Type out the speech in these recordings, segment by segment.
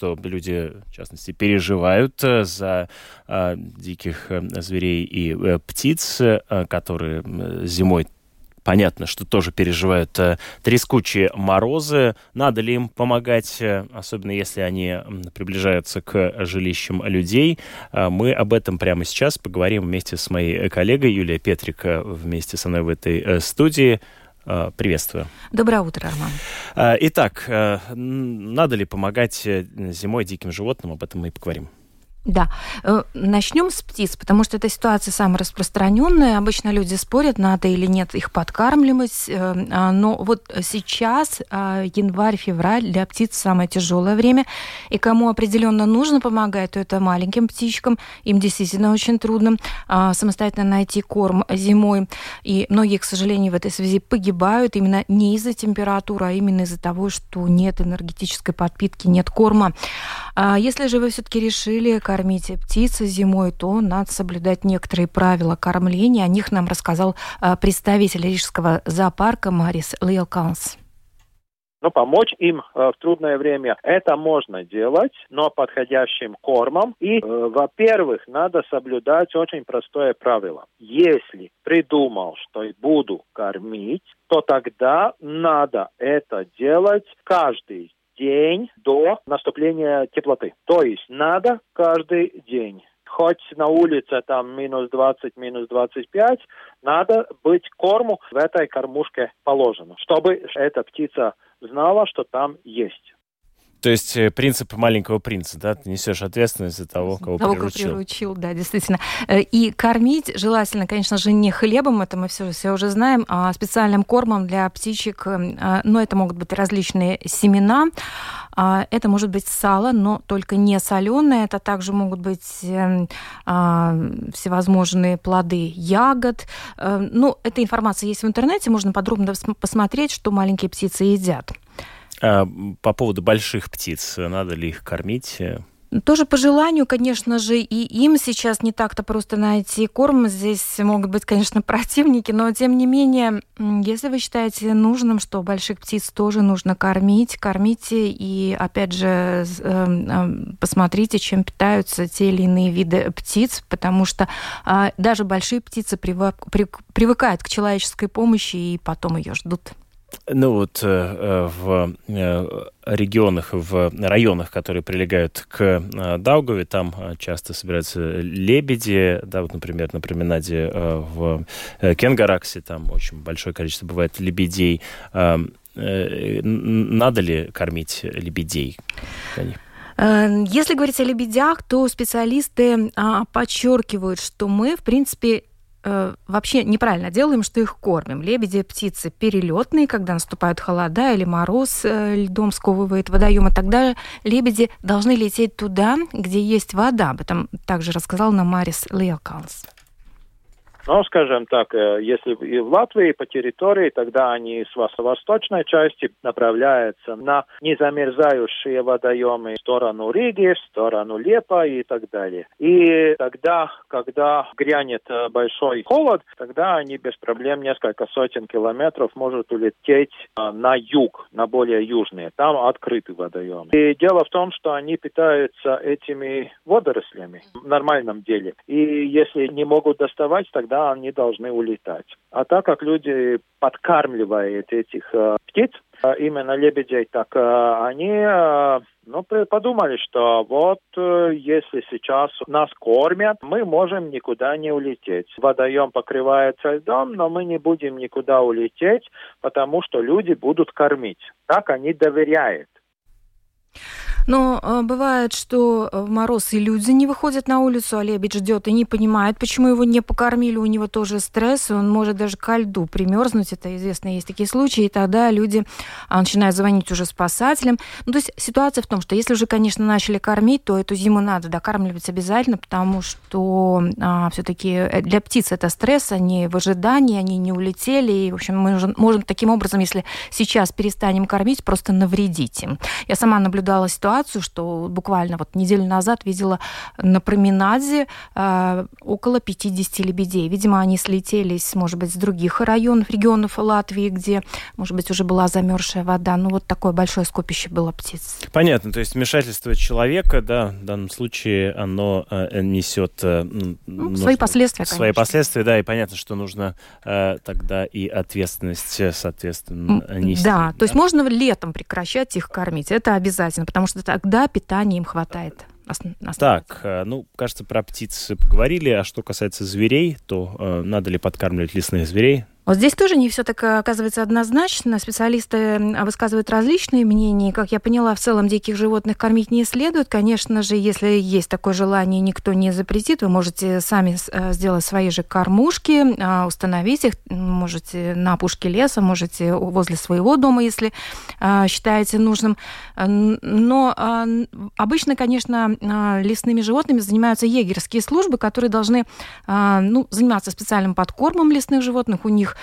что люди, в частности, переживают за диких зверей и птиц, которые зимой, понятно, что тоже переживают трескучие морозы. Надо ли им помогать, особенно если они приближаются к жилищам людей? Мы об этом прямо сейчас поговорим вместе с моей коллегой Юлией Петрик, вместе со мной в этой студии. Приветствую. Доброе утро, Роман. Итак, надо ли помогать зимой диким животным? Об этом мы и поговорим. Да. Начнем с птиц, потому что эта ситуация самая распространенная. Обычно люди спорят, надо или нет их подкармливать. Но вот сейчас, январь-февраль, для птиц самое тяжелое время. И кому определенно нужно помогать, то это маленьким птичкам. Им действительно очень трудно самостоятельно найти корм зимой. И многие, к сожалению, в этой связи погибают именно не из-за температуры, а именно из-за того, что нет энергетической подпитки, нет корма. Если же вы все-таки решили кормить птиц зимой, то надо соблюдать некоторые правила кормления. О них нам рассказал представитель Рижского зоопарка Марис Лиелканс. Помочь им в трудное время это можно делать, но подходящим кормом. И, во-первых, надо соблюдать очень простое правило. Если придумал, что буду кормить, то тогда надо это делать каждый день до наступления теплоты. То есть надо каждый день. Хоть на улице там минус 20, минус 25, надо быть корму в этой кормушке положено, чтобы эта птица знала, что там есть. То есть принцип маленького принца, да? Ты несешь ответственность за того, кого приручил. Да, действительно. И кормить желательно, конечно же, не хлебом, это мы все уже знаем, а специальным кормом для птичек. Но это могут быть различные семена. Это может быть сало, но только не соленое. Это также могут быть всевозможные плоды ягод. Эта информация есть в интернете, можно подробно посмотреть, что маленькие птицы едят. По поводу больших птиц, надо ли их кормить? Тоже по желанию, конечно же, и им сейчас не так-то просто найти корм. Здесь могут быть, конечно, противники, но тем не менее, если вы считаете нужным, что больших птиц тоже нужно кормить, кормите и, опять же, посмотрите, чем питаются те или иные виды птиц, потому что даже большие птицы привыкают к человеческой помощи и потом ее ждут. В регионах, в районах, которые прилегают к Даугаве, там часто собираются лебеди, да, вот, например, на променаде в Кенгараксе, там очень большое количество бывает лебедей. Надо ли кормить лебедей? Если говорить о лебедях, то специалисты подчеркивают, что мы, в принципе, вообще неправильно делаем, что их кормим. Лебеди, птицы перелетные, когда наступают холода или мороз льдом сковывает водоемы, тогда лебеди должны лететь туда, где есть вода. Об этом также рассказал нам Марис Лиелканс. Скажем так, если и в Латвии по территории, тогда они с восточной части направляются на незамерзающие водоемы в сторону Риги, в сторону Лепа и так далее. И тогда, когда грянет большой холод, тогда они без проблем несколько сотен километров могут улететь на юг, на более южные. Там открытый водоем. И дело в том, что они питаются этими водорослями в нормальном деле. И если не могут доставать, тогда они должны улетать. А так как люди подкармливают этих птиц, именно лебедей, так они подумали, что если сейчас нас кормят, мы можем никуда не улететь. Водоем покрывается льдом, но мы не будем никуда улететь, потому что люди будут кормить. Так они доверяют. Но бывает, что в мороз и люди не выходят на улицу, а лебедь ждет и не понимает, почему его не покормили, у него тоже стресс, и он может даже ко льду примерзнуть, это известно, есть такие случаи, и тогда люди начинают звонить уже спасателям. То есть ситуация в том, что если уже, конечно, начали кормить, то эту зиму надо докармливать обязательно, потому что все-таки для птиц это стресс, они в ожидании, они не улетели, и, в общем, мы можем таким образом, если сейчас перестанем кормить, просто навредить им. Я сама наблюдала ситуацию, ситуацию, что буквально вот неделю назад видела на променаде около 50 лебедей. Видимо, они слетелись, может быть, с других регионов Латвии, где, может быть, уже была замерзшая вода. Ну, вот такое большое скопище было птиц. Понятно, то есть вмешательство человека, да, в данном случае оно несет свои последствия, конечно. Свои последствия, да, и понятно, что нужно тогда и ответственность, соответственно, нести. Да, то есть можно летом прекращать их кормить, это обязательно, потому что тогда питания им хватает. Так, кажется, про птиц поговорили, а что касается зверей, то надо ли подкармливать лесных зверей? Вот здесь тоже не все так оказывается однозначно. Специалисты высказывают различные мнения. Как я поняла, в целом диких животных кормить не следует. Конечно же, если есть такое желание, никто не запретит. Вы можете сами сделать свои же кормушки, установить их. Можете на опушке леса, можете возле своего дома, если считаете нужным. Но обычно, конечно, лесными животными занимаются егерские службы, которые должны заниматься специальным подкормом лесных животных. У них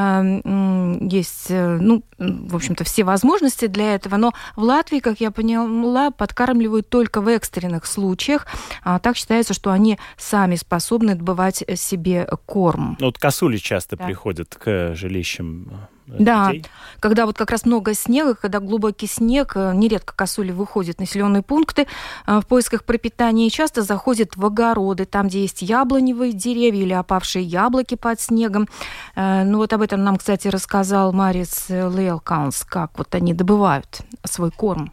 есть, в общем-то, все возможности для этого, но в Латвии, как я поняла, подкармливают только в экстренных случаях. Так считается, что они сами способны добывать себе корм. Вот косули часто приходят к жилищам Да, людей. Когда вот как раз много снега, когда глубокий снег, нередко косули выходят в населенные пункты в поисках пропитания и часто заходят в огороды, там, где есть яблоневые деревья или опавшие яблоки под снегом. Вот об этом нам, кстати, рассказал Марис Лейлкаунс, как вот они добывают свой корм.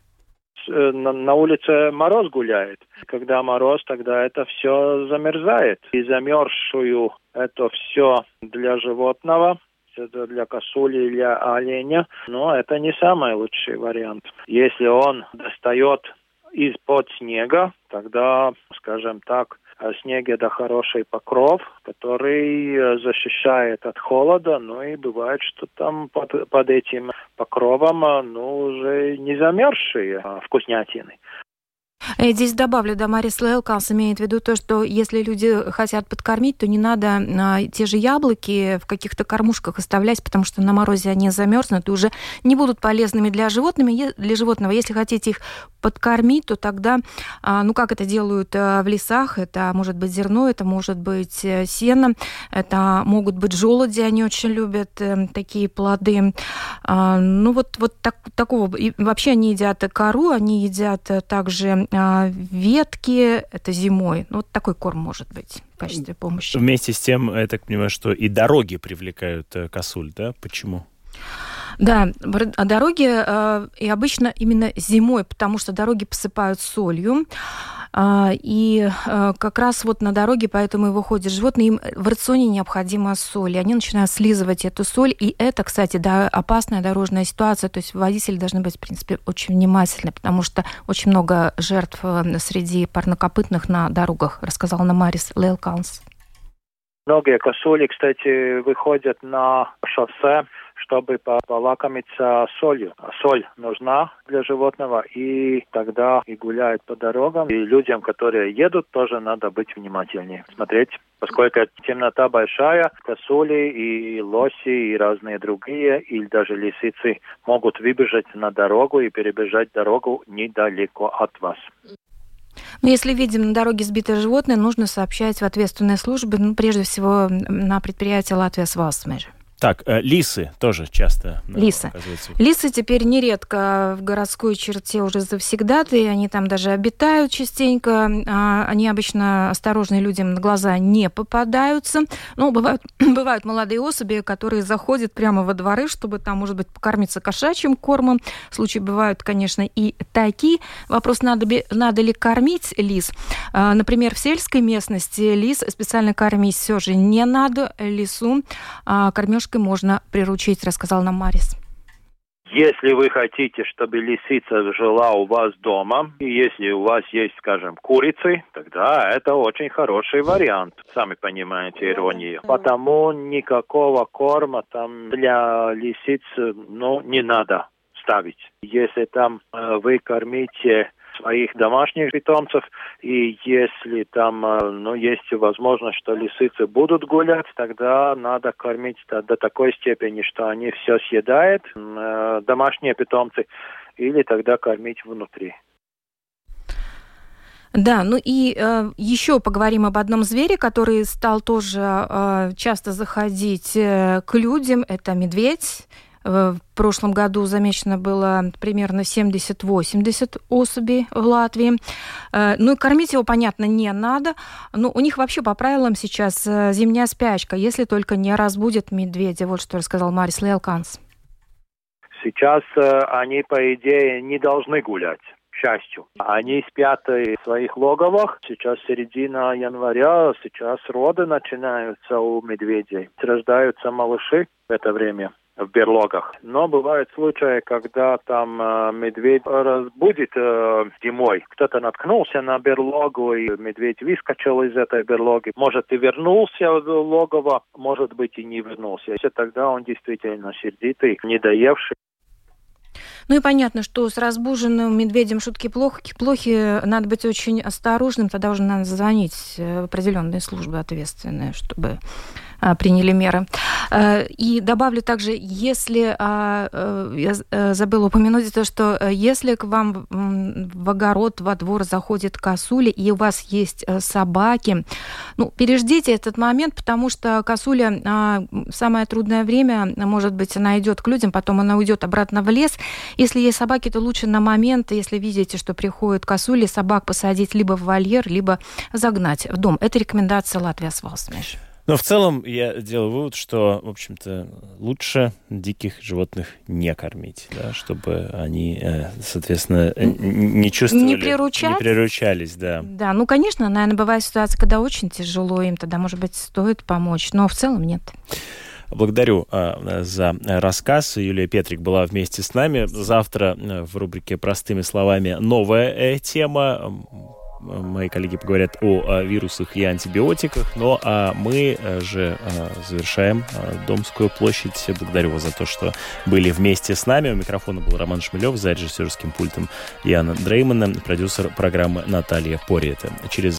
На улице мороз гуляет. Когда мороз, тогда это все замерзает. И замерзшую это все для животного, это для косули или оленя, но это не самый лучший вариант. Если он достает из-под снега, тогда, скажем так, снег это хороший покров, который защищает от холода, и бывает, что там под этим покровом уже не замерзшие вкуснятины. Я здесь добавлю, Марис Лейлкаунс имеет в виду то, что если люди хотят подкормить, то не надо те же яблоки в каких-то кормушках оставлять, потому что на морозе они замерзнут и уже не будут полезными для животного. Если хотите их подкормить, то тогда, как это делают в лесах, это может быть зерно, это может быть сено, это могут быть желуди, они очень любят такие плоды. Такого. И вообще они едят кору, они едят также ветки, это зимой. Вот такой корм может быть в качестве помощи. Вместе с тем, я так понимаю, что и дороги привлекают косуль, да? Почему? Да, дороги и обычно именно зимой, потому что дороги посыпают солью. И как раз вот на дороге поэтому и выходят животные, им в рационе необходима соль, и они начинают слизывать эту соль, и это, кстати, опасная дорожная ситуация, то есть водители должны быть, в принципе, очень внимательны, потому что очень много жертв среди парнокопытных на дорогах, рассказал нам Марис Лейлкаунс. Многие косули, кстати, выходят на шоссе, чтобы полакомиться солью. Соль нужна для животного, и тогда и гуляют по дорогам. И людям, которые едут, тоже надо быть внимательнее. Смотреть, поскольку темнота большая, косули и лоси и разные другие, или даже лисицы могут выбежать на дорогу и перебежать дорогу недалеко от вас. Если видим на дороге сбитое животное, нужно сообщать в ответственные службы, прежде всего на предприятие Латвия Свалсмежа. Так, лисы тоже часто оказываются. Лисы теперь нередко в городской черте уже завсегдатые, они там даже обитают частенько, они обычно осторожные, людям на глаза не попадаются. Но бывают молодые особи, которые заходят прямо во дворы, чтобы там, может быть, покормиться кошачьим кормом. Случаи бывают, конечно, и такие. Вопрос, надо ли кормить лис. Например, в сельской местности лис специально кормить все же не надо. Лису кормежкой можно приручить, рассказал нам Марис. Если вы хотите, чтобы лисица жила у вас дома, и если у вас есть, скажем, курицы, тогда это очень хороший вариант. Сами понимаете иронию. Потому никакого корма там для лисиц, не надо ставить. Если там вы кормите своих домашних питомцев, и если там есть возможность, что лисицы будут гулять, тогда надо кормить до такой степени, что они все съедают, домашние питомцы, или тогда кормить внутри. Да, ну и еще поговорим об одном звере, который стал тоже часто заходить к людям. Это медведь. В прошлом году замечено было примерно 70-80 особей в Латвии. Ну и кормить его, понятно, не надо. Но у них вообще по правилам сейчас зимняя спячка, если только не разбудят медведя. Вот что рассказал Марис Лелканс. Сейчас они, по идее, не должны гулять. К счастью. Они спят в своих логовах. Сейчас середина января, сейчас роды начинаются у медведей. Рождаются малыши в это время в берлогах. Но бывают случаи, когда там медведь разбудит зимой. Кто-то наткнулся на берлогу, и медведь выскочил из этой берлоги. Может, и вернулся в логово, может быть, и не вернулся. И тогда он действительно сердитый, недоевший. Ну и понятно, что с разбуженным медведем шутки плохи, надо быть очень осторожным, тогда уже надо звонить в определенные службы ответственные, чтобы приняли меры. И добавлю также, если, я забыла упомянуть то, что если к вам в огород, во двор заходит косуля, и у вас есть собаки, ну, переждите этот момент, потому что косуля в самое трудное время, может быть, она идет к людям, потом она уйдет обратно в лес. Если есть собаки, то лучше на момент, если видите, что приходит косуля, собак посадить либо в вольер, либо загнать в дом. Это рекомендация Латвии Асфалтсмеш. Но в целом я делаю вывод, что, в общем-то, лучше диких животных не кормить, да, чтобы они, соответственно, не чувствовали... Не приручались, да. Да, ну, конечно, наверное, бывает ситуация, когда очень тяжело им, тогда, может быть, стоит помочь, но в целом нет. Благодарю за рассказ. Юлия Петрик была вместе с нами. Завтра в рубрике «Простыми словами» новая тема. Мои коллеги поговорят о вирусах и антибиотиках. Ну, а мы же завершаем Домскую площадь. Благодарю вас за то, что были вместе с нами. У микрофона был Роман Шмелев, за режиссерским пультом Яна Дреймана, продюсер программы Наталья Пориета. Через